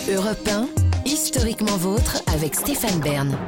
Europe 1, historiquement vôtre avec Stéphane Bern.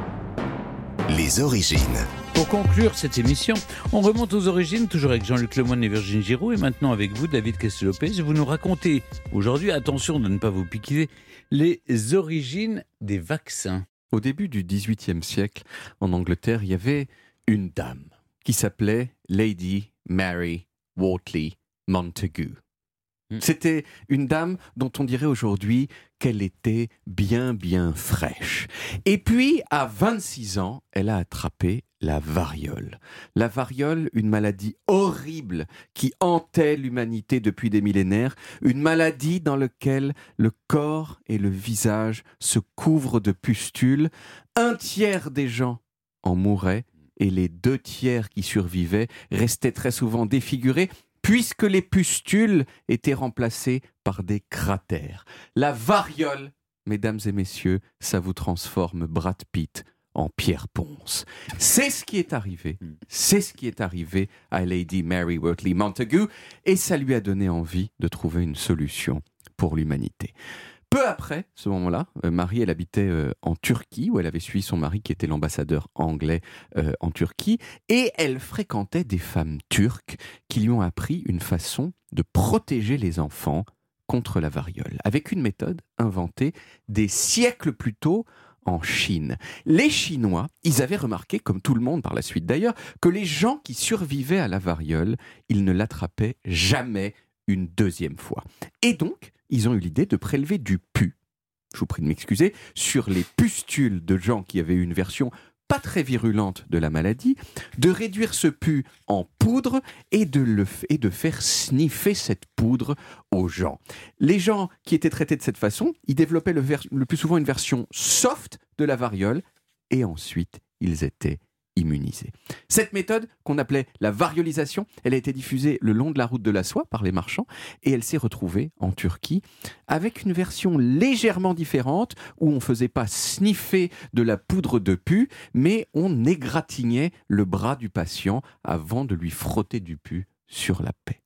Les origines. Pour conclure cette émission, on remonte aux origines, toujours avec Jean-Luc Lemoyne et Virginie Giroud, et maintenant avec vous, David Castel-Lopez. Vous nous racontez aujourd'hui, attention de ne pas vous piquer, les origines des vaccins. Au début du XVIIIe siècle, en Angleterre, il y avait une dame qui s'appelait Lady Mary Wortley Montagu. C'était une dame dont on dirait aujourd'hui qu'elle était bien fraîche. Et puis, à 26 ans, elle a attrapé la variole. La variole, une maladie horrible qui hantait l'humanité depuis des millénaires, une maladie dans laquelle le corps et le visage se couvrent de pustules. Un tiers des gens en mouraient et les 2 tiers qui survivaient restaient très souvent défigurés, puisque les pustules étaient remplacées par des cratères. La variole, mesdames et messieurs, ça vous transforme Brad Pitt en Pierre Ponce. C'est ce qui est arrivé. C'est ce qui est arrivé à Lady Mary Wortley Montagu, et ça lui a donné envie de trouver une solution pour l'humanité. Peu après ce moment-là, Marie, elle habitait en Turquie, où elle avait suivi son mari qui était l'ambassadeur anglais en Turquie, et elle fréquentait des femmes turques qui lui ont appris une façon de protéger les enfants contre la variole, avec une méthode inventée des siècles plus tôt en Chine. Les Chinois, ils avaient remarqué, comme tout le monde par la suite d'ailleurs, que les gens qui survivaient à la variole, ils ne l'attrapaient jamais une deuxième fois. Et donc, ils ont eu l'idée de prélever du pus, je vous prie de m'excuser, sur les pustules de gens qui avaient eu une version pas très virulente de la maladie, de réduire ce pus en poudre et de faire sniffer cette poudre aux gens. Les gens qui étaient traités de cette façon, ils développaient le plus souvent une version soft de la variole, et ensuite ils étaient immunisés. Cette méthode, qu'on appelait la variolisation, elle a été diffusée le long de la route de la soie par les marchands, et elle s'est retrouvée en Turquie avec une version légèrement différente, où on ne faisait pas sniffer de la poudre de pus, mais on égratignait le bras du patient avant de lui frotter du pus sur la plaie.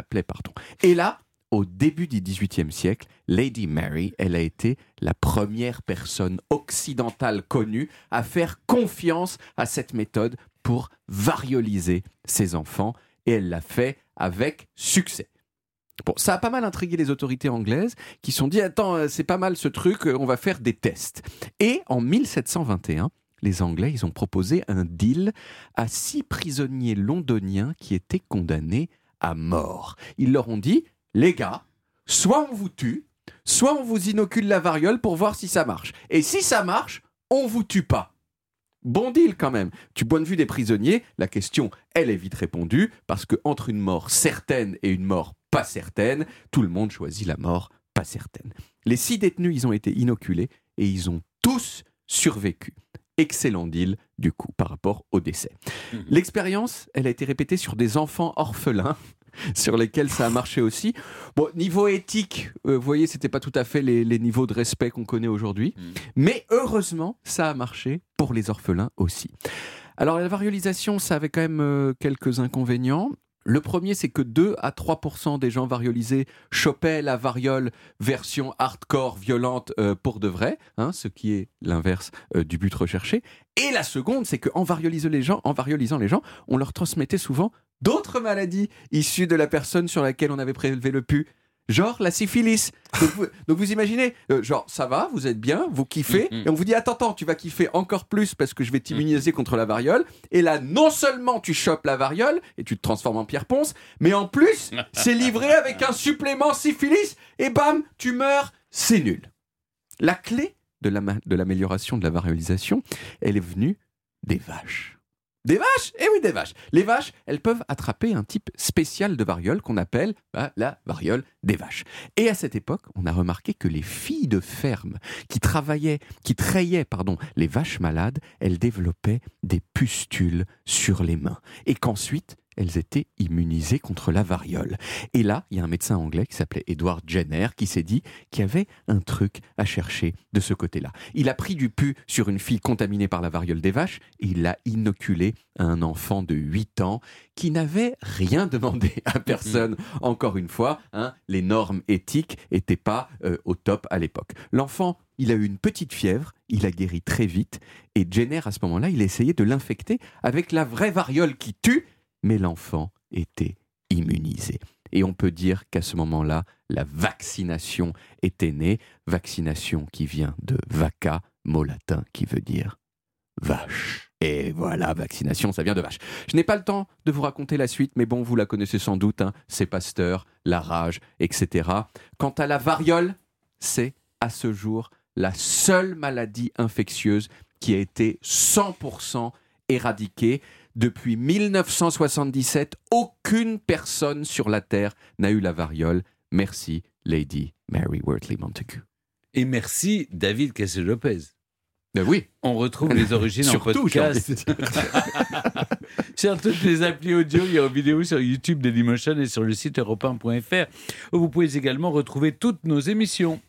Et là, au début du XVIIIe siècle, Lady Mary, elle a été la première personne occidentale connue à faire confiance à cette méthode pour varioliser ses enfants, et elle l'a fait avec succès. Bon, ça a pas mal intrigué les autorités anglaises qui se sont dit « Attends, c'est pas mal ce truc, on va faire des tests ». Et en 1721, les Anglais, ils ont proposé un deal à 6 prisonniers londoniens qui étaient condamnés à mort. Ils leur ont dit « Les gars, soit on vous tue, soit on vous inocule la variole pour voir si ça marche. Et si ça marche, on vous tue pas. » Bon deal quand même. Du point de vue des prisonniers, la question, elle est vite répondue, parce qu'entre une mort certaine et une mort pas certaine, tout le monde choisit la mort pas certaine. Les 6 détenus, ils ont été inoculés et ils ont tous survécu. Excellent deal, du coup, par rapport au décès. L'expérience, elle a été répétée sur des enfants orphelins, sur lesquels ça a marché aussi. Bon, niveau éthique, vous voyez, c'était pas tout à fait les niveaux de respect qu'on connaît aujourd'hui, mais heureusement, ça a marché pour les orphelins aussi. Alors, la variolisation, ça avait quand même quelques inconvénients. Le premier, c'est que 2 à 3% des gens variolisés chopaient la variole version hardcore, violente pour de vrai, ce qui est l'inverse du but recherché. Et la seconde, c'est qu'en variolisant les gens, on leur transmettait souvent d'autres maladies issues de la personne sur laquelle on avait prélevé le pus. Genre la syphilis. Donc vous imaginez, genre ça va, vous êtes bien, vous kiffez, et on vous dit attends, tu vas kiffer encore plus parce que je vais t'immuniser contre la variole. Et là, non seulement tu chopes la variole et tu te transformes en Pierre Ponce, mais en plus, c'est livré avec un supplément syphilis, et bam, tu meurs, c'est nul. La clé de l'amélioration de la variolisation, elle est venue des vaches. Des vaches ? Eh oui, des vaches. Les vaches, elles peuvent attraper un type spécial de variole qu'on appelle la variole des vaches. Et à cette époque, on a remarqué que les filles de ferme qui traillaient les vaches malades, elles développaient des pustules sur les mains. Et qu'ensuite, elles étaient immunisées contre la variole. Et là, il y a un médecin anglais qui s'appelait Edward Jenner qui s'est dit qu'il y avait un truc à chercher de ce côté-là. Il a pris du pus sur une fille contaminée par la variole des vaches et il l'a inoculé à un enfant de 8 ans qui n'avait rien demandé à personne. Encore une fois, les normes éthiques n'étaient pas au top à l'époque. L'enfant, il a eu une petite fièvre, il a guéri très vite, et Jenner, à ce moment-là, il a essayé de l'infecter avec la vraie variole qui tue, mais l'enfant était immunisé. Et on peut dire qu'à ce moment-là, la vaccination était née, vaccination qui vient de vacca, mot latin qui veut dire vache. Et voilà, vaccination, ça vient de vache. Je n'ai pas le temps de vous raconter la suite, mais bon, vous la connaissez sans doute, c'est Pasteur, la rage, etc. Quant à la variole, c'est à ce jour la seule maladie infectieuse qui a été 100% éradiquée. Depuis 1977, aucune personne sur la Terre n'a eu la variole. Merci, Lady Mary Wortley Montagu. Et merci, David Kessel-Lopez. Ben oui. On retrouve les origines en Surtout, podcast. Sur toutes les applis audio, il y a en vidéo sur YouTube Dailymotion et sur le site europe1.fr. Vous pouvez également retrouver toutes nos émissions.